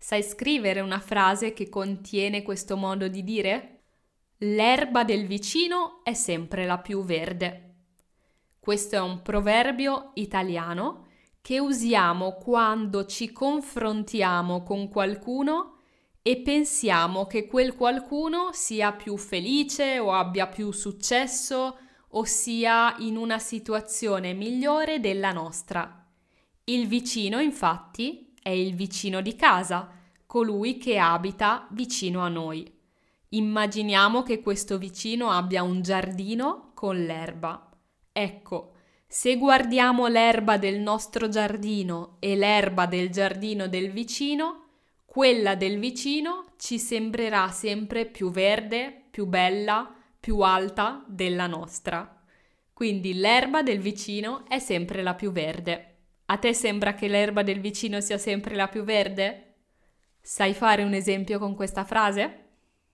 Sai scrivere una frase che contiene questo modo di dire? L'erba del vicino è sempre la più verde. Questo è un proverbio italiano che usiamo quando ci confrontiamo con qualcuno e pensiamo che quel qualcuno sia più felice o abbia più successo o sia in una situazione migliore della nostra. Il vicino, infatti, è il vicino di casa, colui che abita vicino a noi. Immaginiamo che questo vicino abbia un giardino con l'erba. Ecco, se guardiamo l'erba del nostro giardino e l'erba del giardino del vicino, quella del vicino ci sembrerà sempre più verde, più bella, più alta della nostra. Quindi l'erba del vicino è sempre la più verde. A te sembra che l'erba del vicino sia sempre la più verde? Sai fare un esempio con questa frase?